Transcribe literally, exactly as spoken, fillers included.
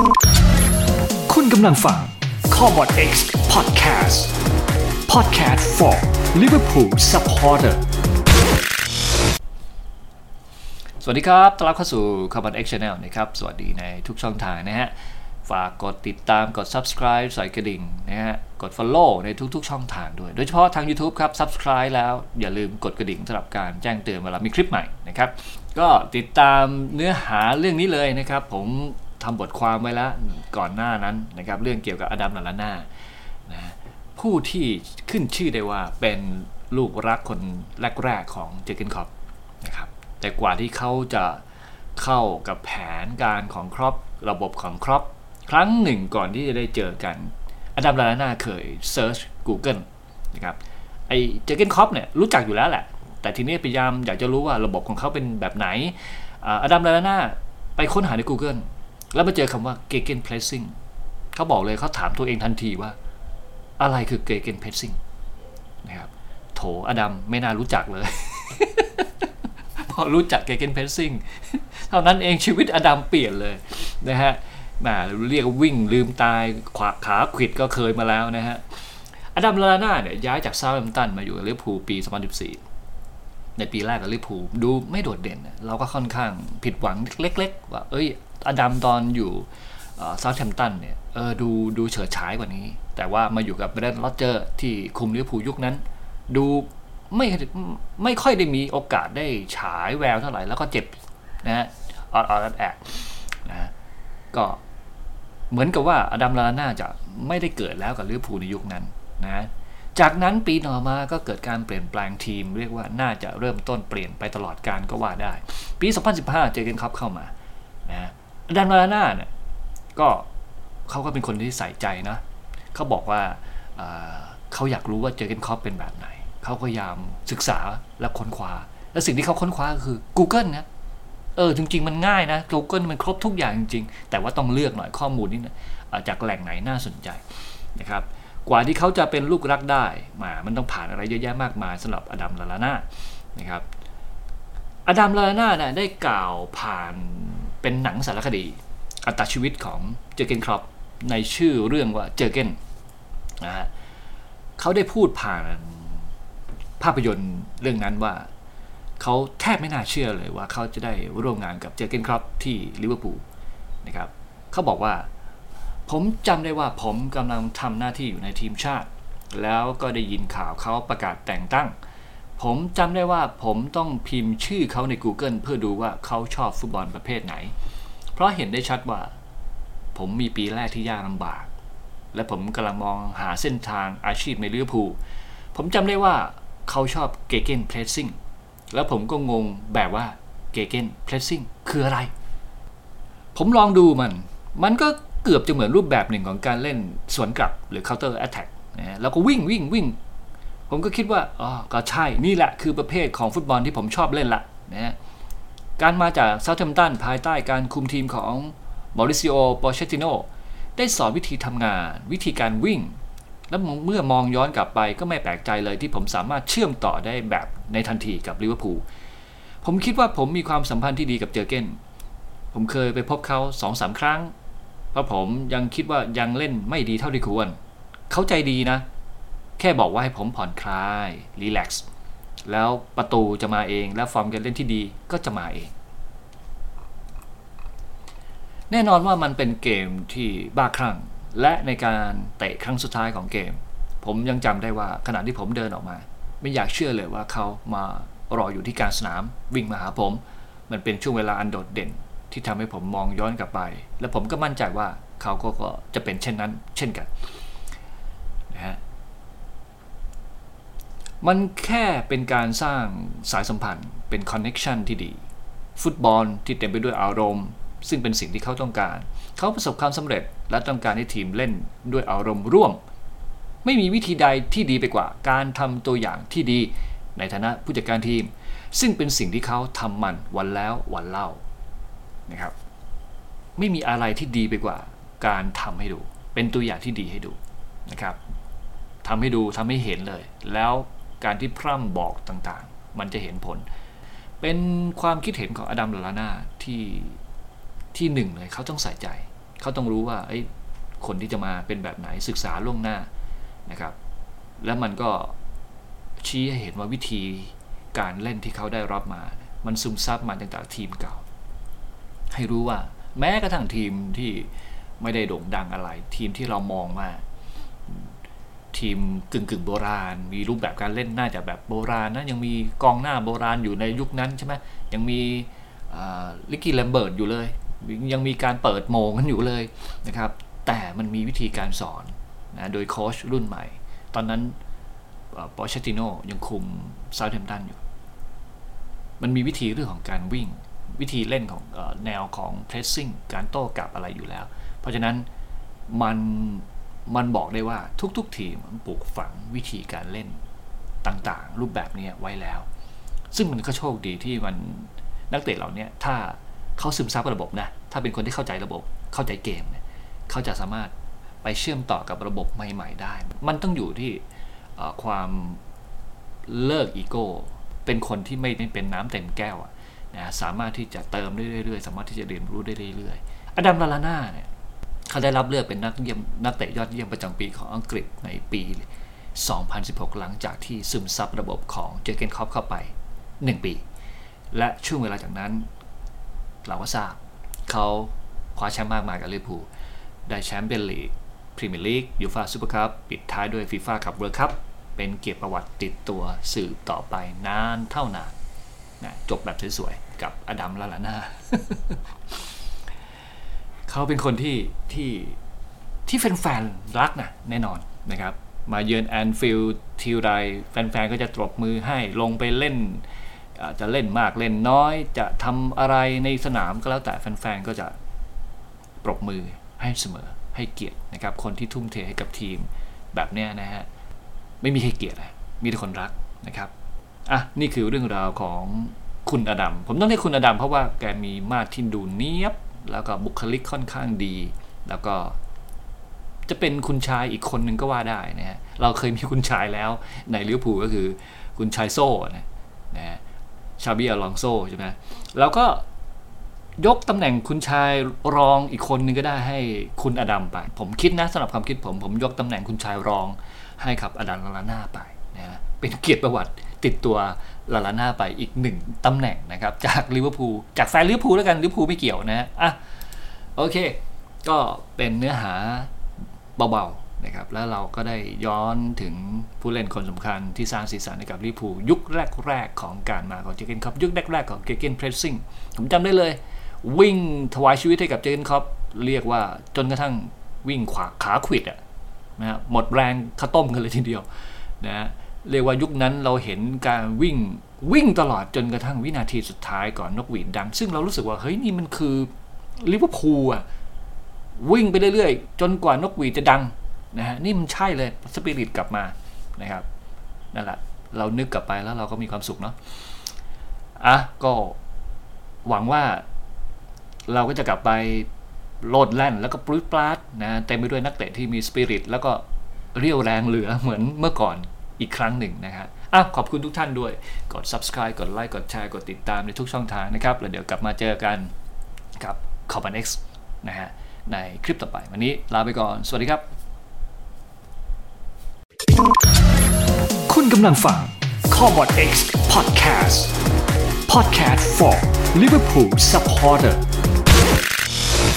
คุณกำลังฟัง Corbett X Podcast Podcast for Liverpool Supporter สวัสดีครับต้อนรับเข้าสู่ Corbett X Channel นะครับสวัสดีในทุกช่องทางนะฮะฝากกดติดตามกด Subscribe ใส่กระดิ่งนะฮะกด Follow ในทุกๆช่องทางด้วยโดยเฉพาะทาง YouTube ครับ Subscribe แล้วอย่าลืมกดกระดิ่งสำหรับการแจ้งเตือนเวลามีคลิปใหม่นะครับก็ติดตามเนื้อหาเรื่องนี้เลยนะครับผมทำบทความไว้แล้วก่อนหน้านั้นนะครับเรื่องเกี่ยวกับอดัม ลาลาน่านะผู้ที่ขึ้นชื่อได้ว่าเป็นลูกรักคนแรกๆของเจอร์เกนคล็อปนะครับแต่กว่าที่เขาจะเข้ากับแผนการของคล็อประบบของคล็อปครั้งหนึ่งก่อนที่จะได้เจอกันอดัม ลาลาน่าเคยเซิร์ช Google นะครับไอเจอร์เกนคล็อปเนี่ยรู้จักอยู่แล้วแหละแต่ทีนี้พยายามอยากจะรู้ว่าระบบของเขาเป็นแบบไหนอดัม ลาลาน่าไปค้นหาใน Google แล้วมาเจอคำว่า Gegenpressing เขาบอกเลยเขาถามตัวเองทันทีว่าอะไรคือ Gegenpressing นะครับโถอดัมไม่น่ารู้จักเลย พอรู้จัก Gegenpressing เท่านั้นเองชีวิตอดัมเปลี่ยนเลยนะฮะมาเรียกวิ่งลืมตายขวาขาขวิดก็เคยมาแล้วนะฮะอดัม ลาลาน่าเนี่ยย้ายจากเซาท์แฮมป์ตันมาอยู่กับลิเวอร์พูลปีสองพันสิบสี่ในปีแรกกับลิเวอร์พูลดูไม่โดดเด่นเราก็ค่อนข้างผิดหวังเล็กๆว่าเอ้ยอดัมตอนอยู่เซาท์แฮมป์ตันเนี่ยเออดูดูเฉิดฉายกว่านี้แต่ว่ามาอยู่กับเบรนท์ โรเจอร์ที่คุมลิเวอร์พูลยุคนั้นดูไม่ไม่ค่อยได้มีโอกาสได้ฉายแววเท่าไหร่แล้วก็เจ็บนะฮะออดๆแอดๆนะก็เหมือนกับว่าอดัม ลาลาน่าจะไม่ได้เกิดแล้วกับลิเวอร์พูลในยุคนั้นนะจากนั้นปีต่อมาก็เกิดการเปลี่ยนแปลงทีมเรียกว่าน่าจะเริ่มต้นเปลี่ยนไปตลอดกาลก็ว่าได้ปีสองพันสิบห้าเจอร์เกนคล็อปเข้ามานะอดัม ลาลาน่าเนี่ยก็เขาก็เป็นคนที่ใส่ใจนะเขาบอกว่าเขาอยากรู้ว่าเจอร์เกนคล็อปเป็นแบบไหนเขาพยายามศึกษาและค้นคว้าและสิ่งที่เขาค้นคว้าก็คือ Google นะเออจริงๆมันง่ายนะ Google มันครบทุกอย่างจริงๆแต่ว่าต้องเลือกหน่อยข้อมูลนี่นะจากแหล่งไหนน่าสนใจนะครับกว่าที่เขาจะเป็นลูกรักได้มามันต้องผ่านอะไรเยอะแยะมากมายสำหรับอดัม ลาลาน่านะครับอดัม ลาลาน่านะได้กล่าวผ่านเป็นหนังสารคดีอัตชีวิตของเจอร์เกนคล็อปในชื่อเรื่องว่าเจอร์เกนนะฮะเขาได้พูดผ่านภาพยนตร์เรื่องนั้นว่าเขาแทบไม่น่าเชื่อเลยว่าเขาจะได้ร่วมงานกับเจอร์เกนคล็อปที่ลิเวอร์พูลนะครับเขาบอกว่าผมจำได้ว่าผมกำลังทำหน้าที่อยู่ในทีมชาติแล้วก็ได้ยินข่าวเขาประกาศแต่งตั้งผมจำได้ว่าผมต้องพิมพ์ชื่อเขาใน Google เพื่อดูว่าเขาชอบฟุตบอลประเภทไหนเพราะเห็นได้ชัดว่าผมมีปีแรกที่ยากลำบากและผมกำลังมองหาเส้นทางอาชีพในลิเวอร์พูลผมจำได้ว่าเขาชอบ Gegenpressing แล้วผมก็งงแบบว่า Gegenpressing คืออะไรผมลองดูมันมันก็เกือบจะเหมือนรูปแบบหนึ่งของการเล่นสวนกลับหรือ counter attack นะแล้วก็วิ่งวิ่งวิ่งผมก็คิดว่าอ๋อก็ใช่นี่แหละคือประเภทของฟุตบอลที่ผมชอบเล่นละนะการมาจากเซาท์แฮมป์ตันภายใต้การคุมทีมของมอริซิโอ โปเชตติโนได้สอนวิธีทำงานวิธีการวิ่งแล้วเมื่อมองย้อนกลับไปก็ไม่แปลกใจเลยที่ผมสามารถเชื่อมต่อได้แบบในทันทีกับลิเวอร์พูลผมคิดว่าผมมีความสัมพันธ์ที่ดีกับเจอร์เกนผมเคยไปพบเขา สองสาม ครั้งเพราะผมยังคิดว่ายังเล่นไม่ดีเท่าที่ควรเขาใจดีนะแค่บอกว่าให้ผมผ่อนคลายรีแลกซ์แล้วประตูจะมาเองและฟอร์มการเล่นที่ดีก็จะมาเองแน่นอนว่ามันเป็นเกมที่บ้าคลั่งและในการเตะครั้งสุดท้ายของเกมผมยังจำได้ว่าขณะที่ผมเดินออกมาไม่อยากเชื่อเลยว่าเขามารออยู่ที่กลางสนามวิ่งมาหาผมมันเป็นช่วงเวลาอันโดดเด่นที่ทำให้ผมมองย้อนกลับไปและผมก็มั่นใจว่าเขาก็จะเป็นเช่นนั้นเช่นกันนะฮะมันแค่เป็นการสร้างสายสัมพันธ์เป็นคอนเนคชันที่ดีฟุตบอลที่เต็มไปด้วยอารมณ์ซึ่งเป็นสิ่งที่เขาต้องการเขาประสบความสำเร็จและต้องการให้ทีมเล่นด้วยอารมณ์ร่วมไม่มีวิธีใดที่ดีไปกว่าการทำตัวอย่างที่ดีในฐานะผู้จัดการทีมซึ่งเป็นสิ่งที่เขาทำมันวันแล้ววันเล่านะครับไม่มีอะไรที่ดีไปกว่าการทำให้ดูเป็นตัวอย่างที่ดีให้ดูนะครับทำให้ดูทำให้เห็นเลยแล้วการที่พร่ำบอกต่างๆมันจะเห็นผลเป็นความคิดเห็นของอดัม ลาลาน่าที่ที่หนึ่งเลยเขาต้องใส่ใจเขาต้องรู้ว่าไอ้คนที่จะมาเป็นแบบไหนศึกษาล่วงหน้านะครับแล้วมันก็ชี้ให้เห็นว่าวิธีการเล่นที่เขาได้รับมามันซึมซับมาจากทีมเก่าให้รู้ว่าแม้กระทั่งทีมที่ไม่ได้โด่งดังอะไรทีมที่เรามองว่าทีมกึ่งกึ่งโบราณมีรูปแบบการเล่นน่าจะแบบโบราณนะยังมีกองหน้าโบราณอยู่ในยุคนั้นใช่ไหมยังมีลิกกี้แลมเบิร์ตอยู่เลยยังมีการเปิดโมงกันอยู่เลยนะครับแต่มันมีวิธีการสอนนะโดยโค้ชรุ่นใหม่ตอนนั้นปอเชตติโน่ยังคุมเซาท์แฮมป์ตันอยู่มันมีวิธีเรื่องของการวิ่งวิธีเล่นของแนวของ pressing การโต้กลับอะไรอยู่แล้วเพราะฉะนั้นมันมันบอกได้ว่าทุกๆทีมมันปลูกฝังวิธีการเล่นต่างๆรูปแบบนี้ไว้แล้วซึ่งมันก็โชคดีที่มันนักเตะเหล่านี้ถ้าเขาซึมซับระบบนะถ้าเป็นคนที่เข้าใจระบบเข้าใจเกมเนี่ยเขาจะสามารถไปเชื่อมต่อกับระบบใหม่ๆได้มันต้องอยู่ที่ความเลิกอีโก้เป็นคนที่ไม่ได้เป็นน้ำเต็มแก้วนะสามารถที่จะเติมได้เรื่อยๆสามารถที่จะเรียนรู้ได้เรื่อยๆอดัม ลาลาน่าเนี่ยเขาได้รับเลือกเป็นนักเยี่ยมนักเตะยอดเยี่ยมประจำปีของอังกฤษในปีสองพันสิบหกหลังจากที่ซึมซับระบบของเจอร์เกนคล็อปเข้าไปหนึ่งปีและช่วงเวลาจากนั้นเราก็ทราบเขาคว้าแชมป์มากมายกับลิเวอร์พูลได้แชมป์เปี้ยนลีกพรีเมียร์ลีกยูฟ่าซุปเปอร์คัพปิดท้ายด้วยฟีฟ่าคัพเวิลด์คัพเป็นเกียรติประวัติติดตัวสืบต่อไปนานเท่านานนะจบแบบสวยๆกับอดัม ลาลาน่า เขาเป็นคนที่ที่ที่แฟนๆรักนะแน่นอนนะครับมาเยือนแอนฟิลด์ทีไรแฟนๆก็จะตบมือให้ลงไปเล่นจะเล่นมากเล่นน้อยจะทำอะไรในสนามก็แล้วแต่แฟนๆก็จะปรบมือให้เสมอให้เกียรตินะครับคนที่ทุ่มเทให้กับทีมแบบเนี้ยนะฮะไม่มีใครเกลียดนะมีแต่คนรักนะครับอ่ะนี่คือเรื่องราวของคุณอดัมผมต้องเรียกคุณอดัมเพราะว่าแกมีมาตรที่ดูเนียบแล้วก็บุคลิกค่อนข้างดีแล้วก็จะเป็นคุณชายอีกคนนึงก็ว่าได้นะฮะเราเคยมีคุณชายแล้วในลิเวอร์พูลก็คือคุณชายโซ่นะนะฮะชาบี อลองโซใช่ไหมแล้วก็ยกตำแหน่งคุณชายรองอีกคนนึงก็ได้ให้คุณอดัมไปผมคิดนะสำหรับความคิดผมผมยกตำแหน่งคุณชายรองให้กับอดัม ลาลาน่าไปนะเป็นเกียรติประวัติติดตัวลาลาน่าไปอีกหนึ่งตำแหน่งนะครับจากลิเวอร์พูลจากแฟนลิเวอร์พูลแล้วกันลิเวอร์พูลไม่เกี่ยวนะอ่ะโอเคก็เป็นเนื้อหาเบาๆนะครับแล้วเราก็ได้ย้อนถึงผู้เล่นคนสำคัญที่สร้างสีสันให้กับลิเวอร์พูลยุคแรกๆของการมาของเจอร์เกนคล็อปยุคแรกๆของเจอร์เกนเพรสซิ่งผมจำได้เลยวิ่งถวายชีวิตให้กับเจอร์เกนคล็อปเรียกว่าจนกระทั่งวิ่งขวาขาขวิดอ่ะนะฮะหมดแรงข้าวต้มกันเลยทีเดียวนะเรียกว่ายุคนั้นเราเห็นการวิ่งวิ่งตลอดจนกระทั่งวินาทีสุดท้ายก่อนนกหวีดดังซึ่งเรารู้สึกว่าเฮ้ยนี่มันคือลิเวอร์พูลอ่ะวิ่งไปเรื่อยๆจนกว่านกหวีดจะดังนะฮะนี่มันใช่เลยสปิริตกลับมานะครับนั่นแหละเรานึกกลับไปแล้วเราก็มีความสุขเนาะอ่ะก็หวังว่าเราก็จะกลับไปโลดแล่นแล้วก็ปลื้ดปราดนะเต็มไปด้วยนักเตะที่มีสปิริตแล้วก็เรี่ยวแรงเหลือเหมือนเมื่อก่อนอีกครั้งหนึ่งนะครับอ่ะขอบคุณทุกท่านด้วยกด Subscribe กดไลค์กดแชร์กดติดตามในทุกช่องทางนะครับแล้วเดี๋ยวกลับมาเจอกันกับ Carbon X นะฮะในคลิปต่อไปวันนี้ลาไปก่อนสวัสดีครับคุณกำลังฟัง Carbon X Podcast Podcast for Liverpool Supporter